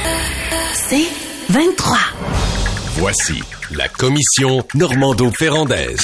C'est 23. Voici la commission Normando-Ferrandaise.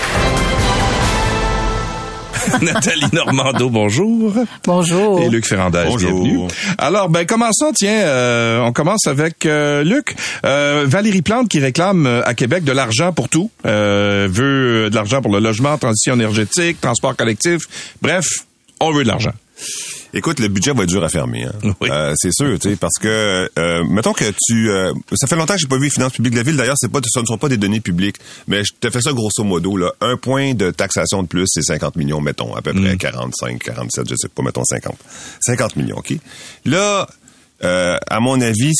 Nathalie Normando, bonjour. Bonjour. Et Luc Ferrandaise, bienvenue. Alors, commençons, on commence avec Luc. Valérie Plante qui réclame à Québec de l'argent pour tout. Veut de l'argent pour le logement, transition énergétique, transport collectif. Bref, on veut de l'argent. Écoute, le budget va être dur à fermer. Hein. Oui. C'est sûr, tu sais, parce que mettons que ça fait longtemps que j'ai pas vu les finances publiques de la ville. D'ailleurs, ce ne sont pas des données publiques, mais je te fais ça grosso modo. Là, un point de taxation de plus, c'est 50 millions, mettons, à peu près 45, 47, je sais pas, mettons 50. 50 millions, ok. Là, à mon avis,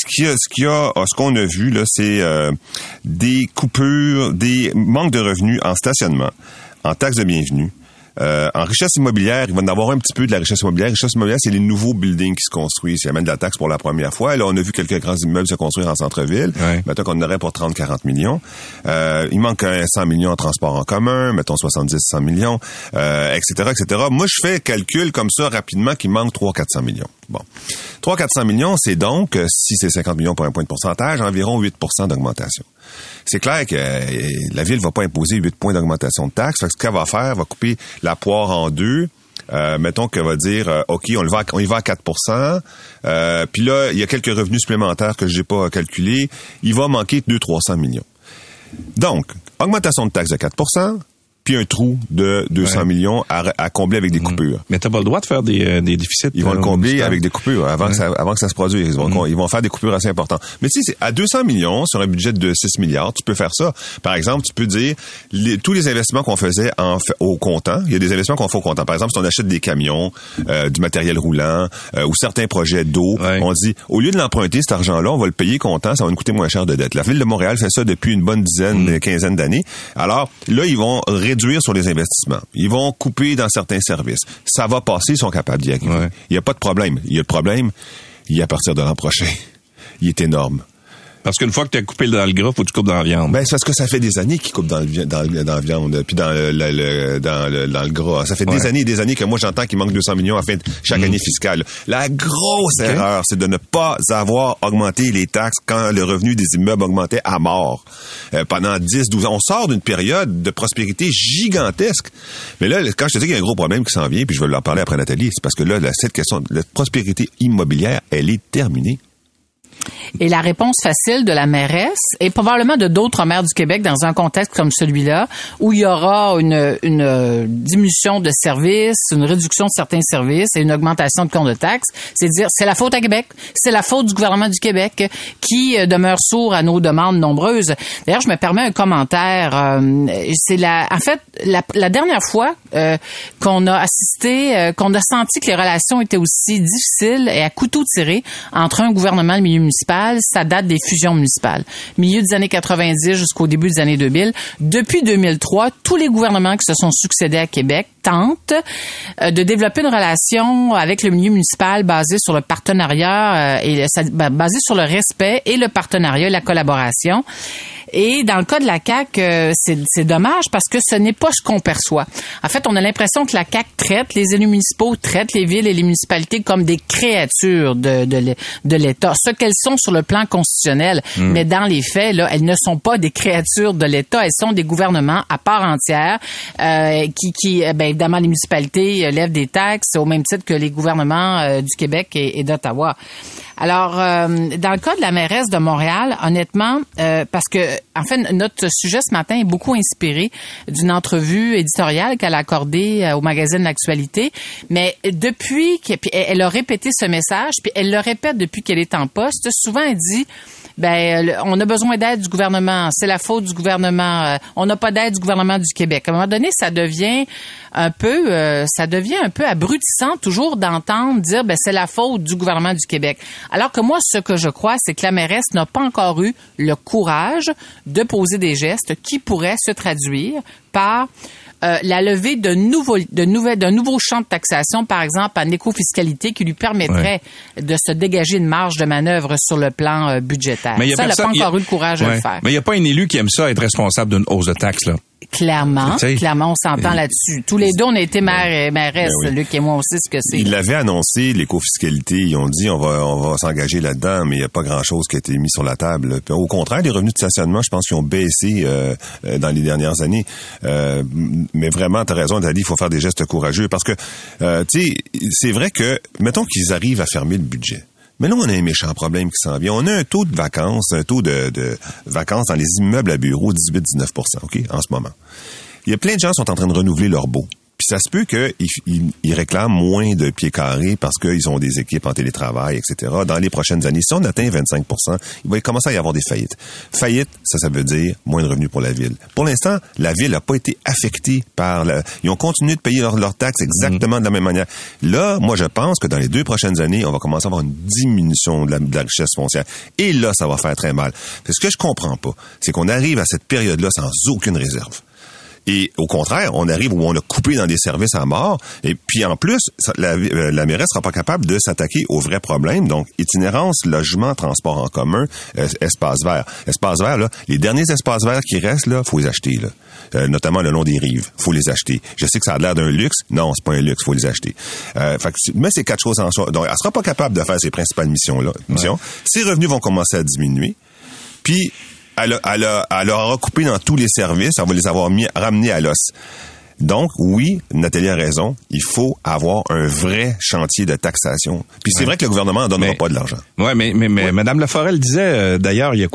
ce qu'on a vu là, c'est des coupures, des manques de revenus en stationnement, en taxes de bienvenue. En richesse immobilière, il va y en avoir un petit peu de la richesse immobilière. Richesse immobilière, c'est les nouveaux buildings qui se construisent. Il y a même de la taxe pour la première fois. Là, on a vu quelques grands immeubles se construire en centre-ville. Ouais. Mettons qu'on en aurait pour 30-40 millions. Il manque 100 millions en transport en commun, mettons 70-100 millions, etc., etc. Moi, je fais calcul comme ça rapidement qu'il manque 300-400 millions. Bon. 300-400 millions, c'est donc, si c'est 50 millions pour un point de pourcentage, environ 8% d'augmentation. C'est clair que la ville va pas imposer 8 points d'augmentation de taxes. Fait que ce qu'elle va faire, va couper la poire en deux. Mettons qu'elle va dire, OK, on y va à 4%. Puis là, il y a quelques revenus supplémentaires que j'ai pas calculés. Il va manquer 200-300 millions. Donc, augmentation de taxes de 4%. Puis un trou de 200 millions à combler avec des coupures. Mais t'as pas le droit de faire des déficits. Ils vont le combler avec des coupures avant que ça se produise. Ils vont faire des coupures assez importantes. Mais tu sais, à 200 millions sur un budget de 6 milliards, tu peux faire ça. Par exemple, tu peux dire tous les investissements qu'on faisait au comptant. Il y a des investissements qu'on fait au comptant. Par exemple, si on achète des camions, du matériel roulant ou certains projets d'eau, on dit au lieu de l'emprunter cet argent-là, on va le payer comptant, ça va nous coûter moins cher de dette. La ville de Montréal fait ça depuis une bonne quinzaine d'années. Alors là, ils vont réduire sur les investissements. Ils vont couper dans certains services. Ça va passer, ils sont capables d'y arriver. Il n'y a pas de problème. Il y a le problème, il est à partir de l'an prochain. Il est énorme. Parce qu'une fois que tu as coupé dans le gras, faut que tu coupes dans la viande. Ben, c'est parce que ça fait des années qu'ils coupent dans la viande, puis dans le gras. Ça fait des années et des années que moi, j'entends qu'il manque 200 millions à fin de chaque année fiscale. La grosse erreur, c'est de ne pas avoir augmenté les taxes quand le revenu des immeubles augmentait à mort. Pendant 10-12 ans. On sort d'une période de prospérité gigantesque. Mais là, quand je te dis qu'il y a un gros problème qui s'en vient, puis je vais en parler après Nathalie, c'est parce que là, cette question de la prospérité immobilière, elle est terminée. Et la réponse facile de la mairesse et probablement de d'autres maires du Québec dans un contexte comme celui-là où il y aura une diminution de services, une réduction de certains services et une augmentation de compte de taxes, c'est de dire c'est la faute à Québec, c'est la faute du gouvernement du Québec qui demeure sourd à nos demandes nombreuses. D'ailleurs, je me permets un commentaire. C'est la dernière fois qu'on a assisté, qu'on a senti que les relations étaient aussi difficiles et à couteau tiré entre un gouvernement et le milieu municipal, ça date des fusions municipales. Milieu des années 90 jusqu'au début des années 2000. Depuis 2003, tous les gouvernements qui se sont succédés à Québec tentent de développer une relation avec le milieu municipal basée sur le partenariat basée sur le respect et le partenariat, la collaboration. Et dans le cas de la CAQ, c'est dommage parce que ce n'est pas ce qu'on perçoit. En fait, on a l'impression que la CAQ traite les élus municipaux, traite les villes et les municipalités comme des créatures de l'État, ce qu'elles sont sur le plan constitutionnel. Mais dans les faits, là, elles ne sont pas des créatures de l'État, elles sont des gouvernements à part entière qui évidemment, les municipalités lèvent des taxes au même titre que les gouvernements du Québec et d'Ottawa. Alors, dans le cas de la mairesse de Montréal, honnêtement, parce que, en fait, notre sujet ce matin est beaucoup inspiré d'une entrevue éditoriale qu'elle a accordée au magazine L'Actualité, mais depuis puis elle a répété ce message, puis elle le répète depuis qu'elle est en poste, souvent elle dit on a besoin d'aide du gouvernement, c'est la faute du gouvernement, on n'a pas d'aide du gouvernement du Québec. À un moment donné, ça devient un peu abrutissant toujours d'entendre dire c'est la faute du gouvernement du Québec. Alors que moi, ce que je crois, c'est que la mairesse n'a pas encore eu le courage de poser des gestes qui pourraient se traduire par la levée d'un nouveau champ de taxation, par exemple en écofiscalité, qui lui permettrait de se dégager une marge de manœuvre sur le plan budgétaire. Ça, elle n'a pas encore eu le courage de le faire. Mais il n'y a pas un élu qui aime ça, être responsable d'une hausse de taxes, là. Clairement, on s'entend là-dessus. Tous les deux, on a été maire et mairesse, Luc et moi, on sait ce que c'est. Il l'avait annoncé, l'écofiscalité, ils ont dit on va s'engager là-dedans, mais il n'y a pas grand-chose qui a été mis sur la table. Au contraire, les revenus de stationnement, je pense qu'ils ont baissé dans les dernières années. Mais vraiment, t'as raison, Nathalie, il faut faire des gestes courageux parce que, tu sais, c'est vrai que, mettons qu'ils arrivent à fermer le budget. Mais là, on a un méchant problème qui s'en vient. On a un taux de vacances vacances dans les immeubles à bureaux, 18-19 %, OK, en ce moment. Il y a plein de gens qui sont en train de renouveler leur baux. Puis ça se peut qu'ils réclament moins de pieds carrés parce qu'ils ont des équipes en télétravail, etc. Dans les prochaines années, si on atteint 25 %, il va commencer à y avoir des faillites. Faillite, ça veut dire moins de revenus pour la ville. Pour l'instant, la ville n'a pas été affectée par ils ont continué de payer leurs taxes exactement de la même manière. Là, moi, je pense que dans les 2 prochaines années, on va commencer à avoir une diminution de la richesse foncière. Et là, ça va faire très mal. Parce que ce que je comprends pas, c'est qu'on arrive à cette période-là sans aucune réserve. Et au contraire, on arrive où on a coupé dans des services à mort. Et puis en plus, la mairesse sera pas capable de s'attaquer aux vrais problèmes. Donc, itinérance, logement, transport en commun, espace vert. Espace vert, là, les derniers espaces verts qui restent, là, faut les acheter, là. Notamment le long des rives. Faut les acheter. Je sais que ça a l'air d'un luxe. Non, c'est pas un luxe. Faut les acheter. Mais c'est 4 choses en soi. Donc, elle sera pas capable de faire ses principales missions-là. Ses revenus vont commencer à diminuer. Puis, elle aura coupé dans tous les services, elle va les avoir ramenés à l'os. Donc, oui, Nathalie a raison, il faut avoir un vrai chantier de taxation. Puis c'est vrai que le gouvernement n'en donnera pas de l'argent. Ouais, mais Mme Laforêt disait, d'ailleurs, il y a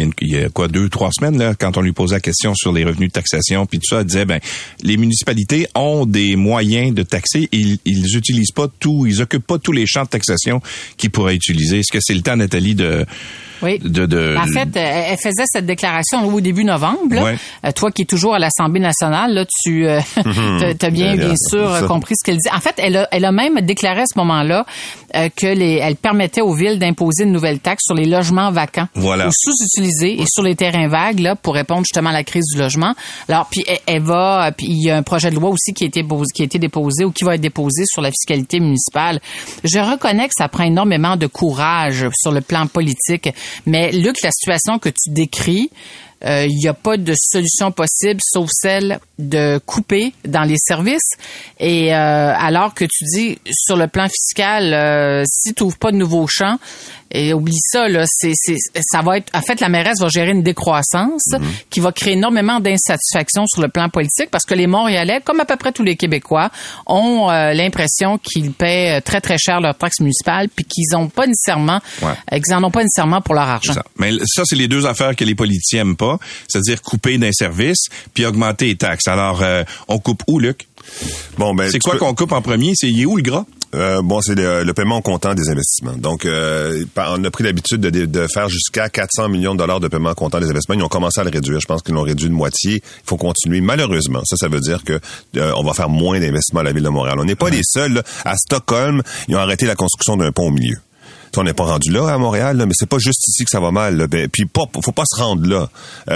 2-3 semaines, là, quand on lui posait la question sur les revenus de taxation, puis tout ça, elle disait, les municipalités ont des moyens de taxer, ils utilisent pas tout, ils occupent pas tous les champs de taxation qu'ils pourraient utiliser. Est-ce que c'est le temps, Nathalie, Oui. En fait, elle faisait cette déclaration au début novembre. Là. Toi qui es toujours à l'Assemblée nationale, là, tu as bien sûr compris ce qu'elle dit. En fait, elle a même déclaré à ce moment-là elle permettait aux villes d'imposer une nouvelle taxe sur les logements vacants ou sous-utilisés et sur les terrains vagues là pour répondre justement à la crise du logement. Alors puis puis il y a un projet de loi aussi qui a été déposé ou qui va être déposé sur la fiscalité municipale. Je reconnais que ça prend énormément de courage sur le plan politique. Mais Luc, la situation que tu décris, il n'y a pas de solution possible sauf celle de couper dans les services. Et alors que tu dis, sur le plan fiscal, si tu n'ouvres pas de nouveaux champs, et oublie ça, là, ça va être... En fait, la mairesse va gérer une décroissance qui va créer énormément d'insatisfaction sur le plan politique parce que les Montréalais, comme à peu près tous les Québécois, ont l'impression qu'ils paient très, très cher leurs taxes municipales puis qu'ils n'en ont pas nécessairement pour leur argent. Mais ça, c'est les deux affaires que les politiciens n'aiment pas, c'est-à-dire couper d'un service puis augmenter les taxes. Alors, on coupe où, Luc? C'est quoi qu'on coupe en premier? Il est où le gras? C'est le paiement au comptant des investissements. Donc, on a pris l'habitude de faire jusqu'à 400 millions de dollars de paiement au comptant des investissements. Ils ont commencé à le réduire. Je pense qu'ils l'ont réduit de moitié. Il faut continuer. Malheureusement, ça veut dire que on va faire moins d'investissements à la Ville de Montréal. On n'est pas les seuls. Là. À Stockholm, ils ont arrêté la construction d'un pont au milieu. On n'est pas rendu là à Montréal, là, mais c'est pas juste ici que ça va mal. Là. Puis faut pas se rendre là.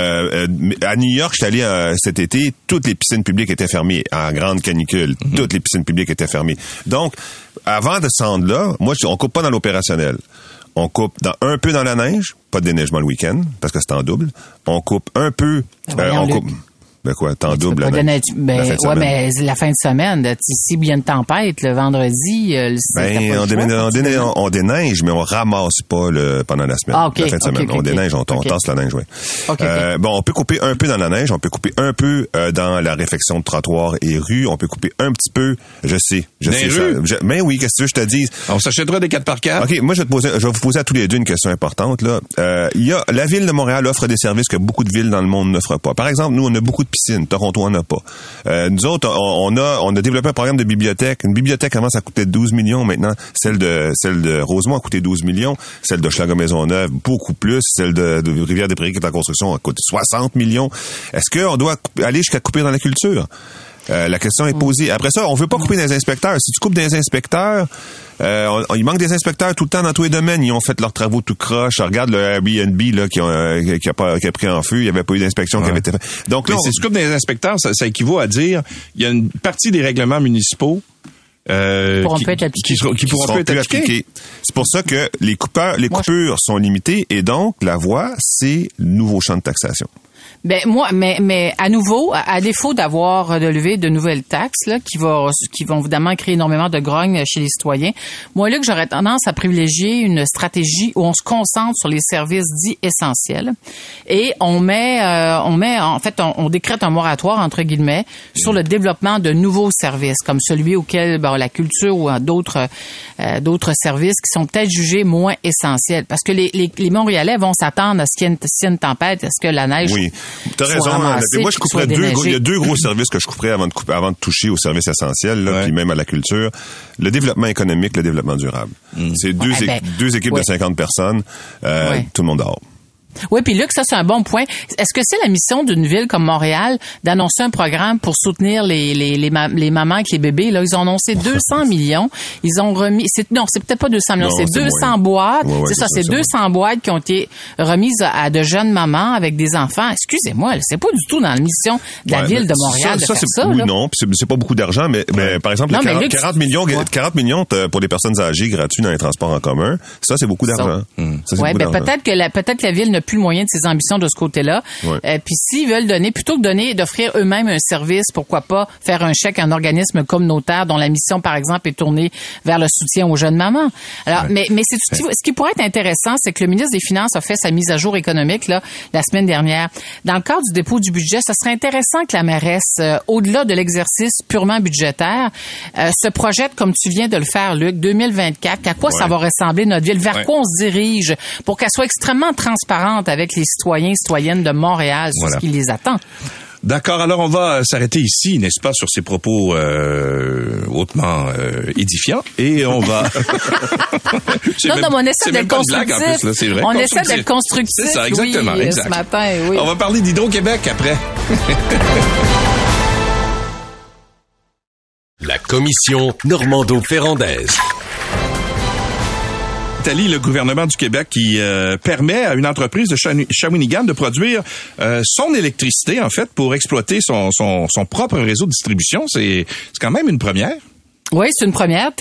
À New York, j'étais allé cet été, toutes les piscines publiques étaient fermées en grande canicule. Toutes les piscines publiques étaient fermées. Donc, avant de se rendre là, on coupe pas dans l'opérationnel. On coupe un peu dans la neige, pas de déneigement le week-end parce que c'est en double. On coupe un peu. Temps double. La fin de semaine. S'il y a une tempête, le vendredi, on déneige, mais on ramasse pas pendant la semaine. La fin de semaine. On déneige, on tasse la neige, on peut couper un peu dans la neige, on peut couper un peu dans la réfection de trottoirs et rues, on peut couper un petit peu, je sais ça. Mais oui, qu'est-ce que je te dis? On s'achètera des 4x4. OK, moi, je vais vous poser à tous les deux une question importante, là. La Ville de Montréal offre des services que beaucoup de villes dans le monde n'offrent pas. Par exemple, nous, on a beaucoup de piscine. Toronto en a pas. Nous autres, on a développé un programme de bibliothèque. Une bibliothèque avant, ça coûtait 12 millions. Maintenant, celle de Rosemont a coûté 12 millions. Celle de Schlager-Maisonneuve, beaucoup plus. Celle de Rivière-des-Prairies qui est en construction a coûté 60 millions. Est-ce qu'on doit aller jusqu'à couper dans la culture? La question est posée. Après ça, on veut pas couper des inspecteurs. Si tu coupes des inspecteurs, il manque des inspecteurs tout le temps dans tous les domaines. Ils ont fait leurs travaux tout croche. Regarde le Airbnb là qui a pris en feu. Il n'y avait pas eu d'inspection qui avait été faite. Donc là, si tu coupes des inspecteurs, ça équivaut à dire il y a une partie des règlements municipaux qui pourront plus être appliqués. C'est pour ça que les coupures sont limitées et donc la voie, c'est le nouveau champ de taxation. Ben moi, mais à nouveau, à défaut d'avoir relevé de nouvelles taxes là, qui vont évidemment créer énormément de grogne chez les citoyens, moi là que j'aurais tendance à privilégier une stratégie où on se concentre sur les services dits essentiels et on décrète un moratoire entre guillemets sur le développement de nouveaux services comme celui auquel la culture ou d'autres services qui sont peut-être jugés moins essentiels parce que les Montréalais vont s'attendre à ce qu'il y ait une tempête, à ce que la neige T'as raison. Mais moi, je couperais il y a deux gros services que je couperais avant de toucher aux services essentiels, là, puis même à la culture. Le développement économique, le développement durable. C'est deux équipes de 50 personnes. Tout le monde dort. Oui, puis Luc, ça c'est un bon point. Est-ce que c'est la mission d'une ville comme Montréal d'annoncer un programme pour soutenir les mamans avec les bébés? Là, ils ont annoncé 200 millions. Ils ont remis, c'est peut-être pas 200 millions, c'est 200 boîtes. C'est 200 boîtes qui ont été remises à de jeunes mamans avec des enfants. Excusez-moi, c'est pas du tout dans la mission de la ville de Montréal de faire ça. Oui, non, puis c'est pas beaucoup d'argent, mais par exemple, 40 millions pour les personnes âgées gratuits dans les transports en commun, ça c'est beaucoup d'argent. Peut-être que la ville n'a plus le moyen de ses ambitions de ce côté-là. Puis s'ils veulent plutôt que d'offrir eux-mêmes un service, pourquoi pas faire un chèque à un organisme communautaire dont la mission, par exemple, est tournée vers le soutien aux jeunes mamans. Alors, mais ce qui pourrait être intéressant, c'est que le ministre des Finances a fait sa mise à jour économique là la semaine dernière. Dans le cadre du dépôt du budget, ça serait intéressant que la mairesse, au-delà de l'exercice purement budgétaire, se projette, comme tu viens de le faire, Luc, 2024, à quoi ça va ressembler notre ville, vers quoi on se dirige, pour qu'elle soit extrêmement transparente avec les citoyens et citoyennes de Montréal sur ce qui les attend. D'accord, alors on va s'arrêter ici, n'est-ce pas, sur ces propos hautement édifiants, et on va... on essaie d'être constructif. Plus, là, c'est vrai. On essaie d'être constructif. C'est ça, exactement. Ce matin, oui. On va parler d'Hydro-Québec après. La commission Normando-Ferrandaise. Le gouvernement du Québec qui permet à une entreprise de Shawinigan de produire son électricité, en fait, pour exploiter son propre réseau de distribution. C'est quand même une première. Oui, c'est une première.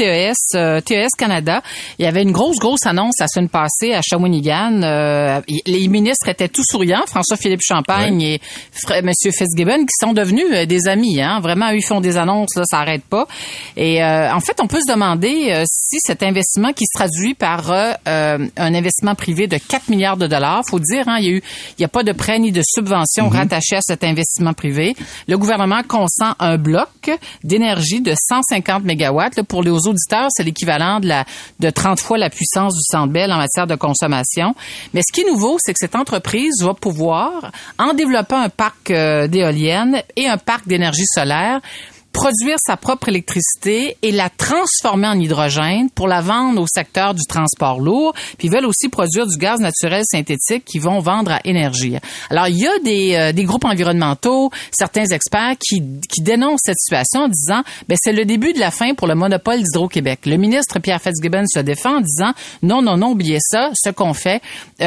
TES Canada. Il y avait une grosse annonce la semaine passée à Shawinigan. Les ministres étaient tout souriants, François-Philippe Champagne et M. Fitzgibbon, qui sont devenus des amis. Hein. Vraiment, eux, ils font des annonces, là, ça arrête pas. Et en fait, on peut se demander si cet investissement qui se traduit par un investissement privé de 4 milliards de dollars, faut dire, hein, il y a pas de prêt ni de subvention rattaché à cet investissement privé. Le gouvernement consent un bloc d'énergie de 150 mégawatts. Là, pour les auditeurs, c'est l'équivalent de 30 fois la puissance du Centre Bell en matière de consommation. Mais ce qui est nouveau, c'est que cette entreprise va pouvoir, en développant un parc d'éoliennes et un parc d'énergie solaire, produire sa propre électricité et la transformer en hydrogène pour la vendre au secteur du transport lourd. Puis ils veulent aussi produire du gaz naturel synthétique qu'ils vont vendre à Énergie. Alors, il y a des groupes environnementaux, certains experts qui dénoncent cette situation en disant c'est le début de la fin pour le monopole d'Hydro-Québec. Le ministre Pierre Fitzgibbon se défend en disant non, oubliez ça, ce qu'on fait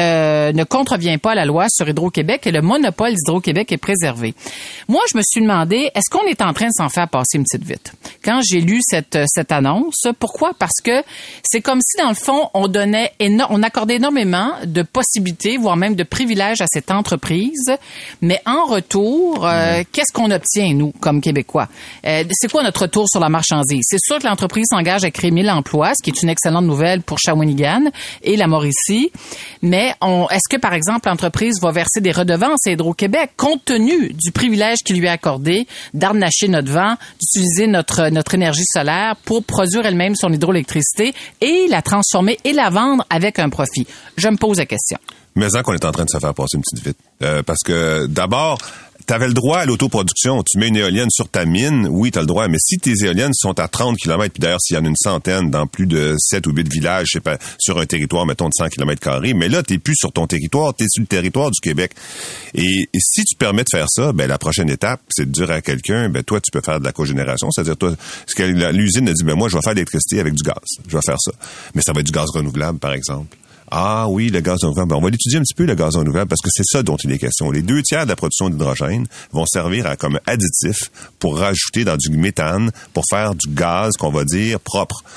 ne contrevient pas à la loi sur Hydro-Québec et le monopole d'Hydro-Québec est préservé. Moi, je me suis demandé, est-ce qu'on est en train de s'en faire passer une petite vite? Quand j'ai lu cette annonce, pourquoi? Parce que c'est comme si, dans le fond, on accordait énormément de possibilités, voire même de privilèges à cette entreprise, mais en retour, qu'est-ce qu'on obtient, nous, comme Québécois? C'est quoi notre retour sur la marchandise? C'est sûr que l'entreprise s'engage à créer 1000 emplois, ce qui est une excellente nouvelle pour Shawinigan et la Mauricie, mais est-ce que, par exemple, l'entreprise va verser des redevances à Hydro-Québec, compte tenu du privilège qui lui est accordé d'harnacher notre vent, d'utiliser notre énergie solaire pour produire elle-même son hydroélectricité et la transformer et la vendre avec un profit? Je me pose la question. Mais qu'on est en train de se faire passer une petite vite. Parce que d'abord, t'avais le droit à l'autoproduction. Tu mets une éolienne sur ta mine, oui, t'as le droit. Mais si tes éoliennes sont à 30 km, puis d'ailleurs, s'il y en a une centaine dans plus de 7 ou 8 villages, je sais pas, sur un territoire, mettons, de 100 km², mais là, t'es plus sur ton territoire, t'es sur le territoire du Québec. Et si tu permets de faire ça, la prochaine étape, c'est de dire à quelqu'un, toi, tu peux faire de la cogénération. C'est-à-dire, toi, ce que l'usine a dit, moi, je vais faire de l'électricité avec du gaz. Je vais faire ça. Mais ça va être du gaz renouvelable, par exemple. Ah oui, le gaz renouvelable. On va l'étudier un petit peu, le gaz renouvelable, parce que c'est ça dont il est question. Les 2/3 de la production d'hydrogène vont servir comme additif pour rajouter dans du méthane, pour faire du gaz qu'on va dire propre.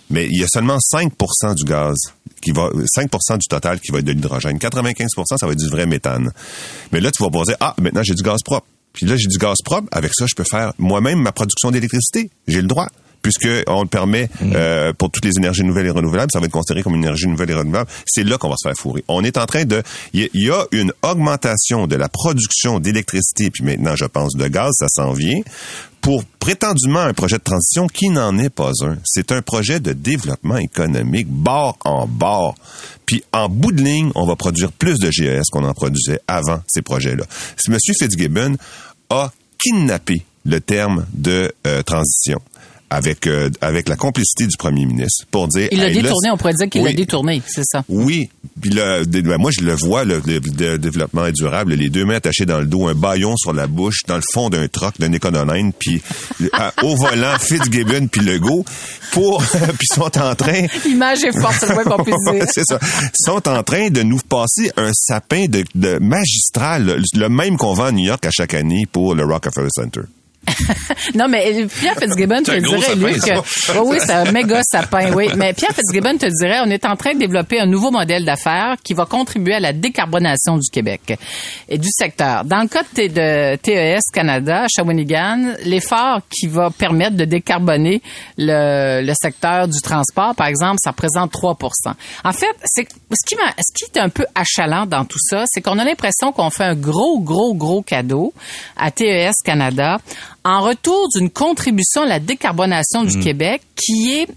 Mais il y a seulement 5% du gaz 5% du total qui va être de l'hydrogène. 95%, ça va être du vrai méthane. Mais là, tu vas pouvoir dire, maintenant, j'ai du gaz propre. Puis là, j'ai du gaz propre. Avec ça, je peux faire moi-même ma production d'électricité. J'ai le droit. Puisque on le permet pour toutes les énergies nouvelles et renouvelables, ça va être considéré comme une énergie nouvelle et renouvelable. C'est là qu'on va se faire fourrer. On est en train il y a une augmentation de la production d'électricité, puis maintenant, je pense, de gaz, ça s'en vient, pour prétendument un projet de transition qui n'en est pas un. C'est un projet de développement économique, bord en bord. Puis en bout de ligne, on va produire plus de GES qu'on en produisait avant ces projets-là. M. Fitzgibbon a kidnappé le terme de transition. Avec la complicité du premier ministre pour dire... Il l'a détourné, on pourrait dire qu'il l'a détourné, c'est ça. Oui. Puis moi, je le vois, le développement durable, les deux mains attachées dans le dos, un bâillon sur la bouche, dans le fond d'un troc, d'un écononène, puis au volant, Fitzgibbon puis Legault, puis sont en train... L'image est forte, c'est le moins qu'on puisse dire. C'est ça. Sont en train de nous passer un sapin de magistral, le même qu'on vend à New York à chaque année pour le Rockefeller Center. Non, mais Pierre Fitzgibbon te dirait, Luc, oui, c'est un méga sapin, oui. Mais Pierre Fitzgibbon te dirait, on est en train de développer un nouveau modèle d'affaires qui va contribuer à la décarbonation du Québec et du secteur. Dans le cas de TES Canada, à Shawinigan, l'effort qui va permettre de décarboner le secteur du transport, par exemple, ça représente 3%. En fait, ce qui est un peu achalant dans tout ça, c'est qu'on a l'impression qu'on fait un gros cadeau à TES Canada en retour d'une contribution à la décarbonation du Québec qui est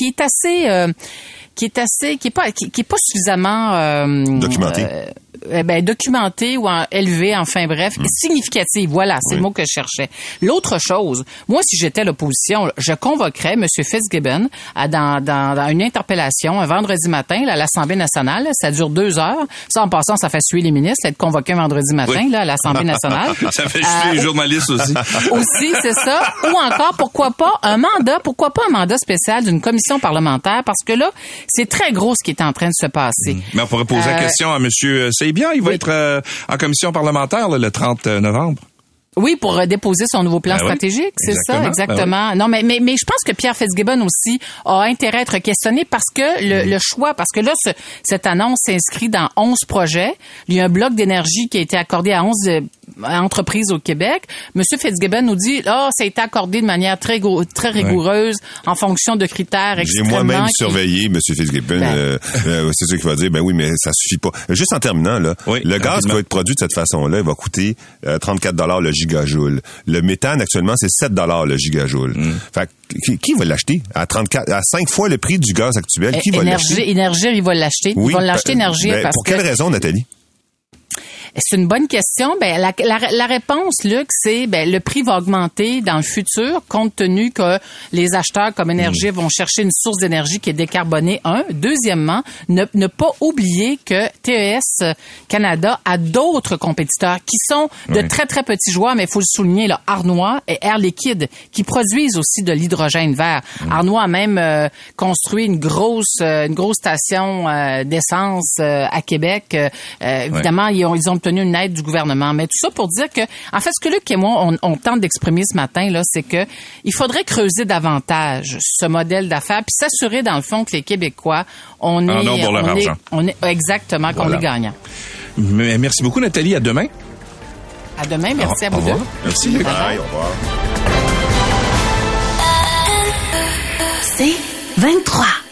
pas suffisamment documenté ou élevé, enfin bref, significative. Voilà, c'est le mot que je cherchais. L'autre chose, moi, si j'étais l'opposition, je convoquerais M. Fitzgibbon dans une interpellation un vendredi matin là, à l'Assemblée nationale. Ça dure 2 heures. Ça, en passant, ça fait suer les ministres, être convoqué un vendredi matin là, à l'Assemblée nationale. Ça fait suer les journalistes aussi. Aussi, c'est ça. Ou encore, pourquoi pas un mandat spécial d'une commission parlementaire, parce que là, c'est très gros ce qui est en train de se passer. Mais on pourrait poser la question à M. Bien, il va être en commission parlementaire le 30 novembre. Oui, pour déposer son nouveau plan stratégique, c'est ça, exactement. Non, mais je pense que Pierre Fitzgibbon aussi a intérêt à être questionné parce que le choix, parce que là, cette annonce s'inscrit dans 11 projets. Il y a un bloc d'énergie qui a été accordé à 11 entreprises au Québec. Monsieur Fitzgibbon nous dit, ça a été accordé de manière très rigoureuse en fonction de critères extrêmement... J'ai moi-même surveillé M. Fitzgibbon. C'est ça qu'il va dire, oui, mais ça suffit pas. Juste en terminant, là, le gaz qui va être produit de cette façon-là, il va coûter 34 $ le gigajoule. Le méthane, actuellement, c'est 7 $ le gigajoule. Fait qui va l'acheter? À 5 fois le prix du gaz actuel, qui va l'acheter? Énergir, ils vont l'acheter. Ils vont l'acheter, Énergir, parce pour quelle raison, Nathalie? C'est une bonne question. La réponse, Luc, c'est le prix va augmenter dans le futur, compte tenu que les acheteurs comme Énergie vont chercher une source d'énergie qui est décarbonée. Deuxièmement, ne pas oublier que TES Canada a d'autres compétiteurs qui sont de très très petits joueurs, mais il faut le souligner, là, Arnois et Air Liquide, qui produisent aussi de l'hydrogène vert. Arnois a même construit une grosse station d'essence à Québec. Évidemment, ils ont obtenu une aide du gouvernement. Mais tout ça pour dire que, en fait, ce que Luc et moi, on tente d'exprimer ce matin, là, c'est que il faudrait creuser davantage ce modèle d'affaires puis s'assurer, dans le fond, que les Québécois, on est exactement, qu'on est gagnant. Merci beaucoup, Nathalie. À demain. À demain. Merci à vous deux. Merci, Luc. Bye, au revoir. C'est 23.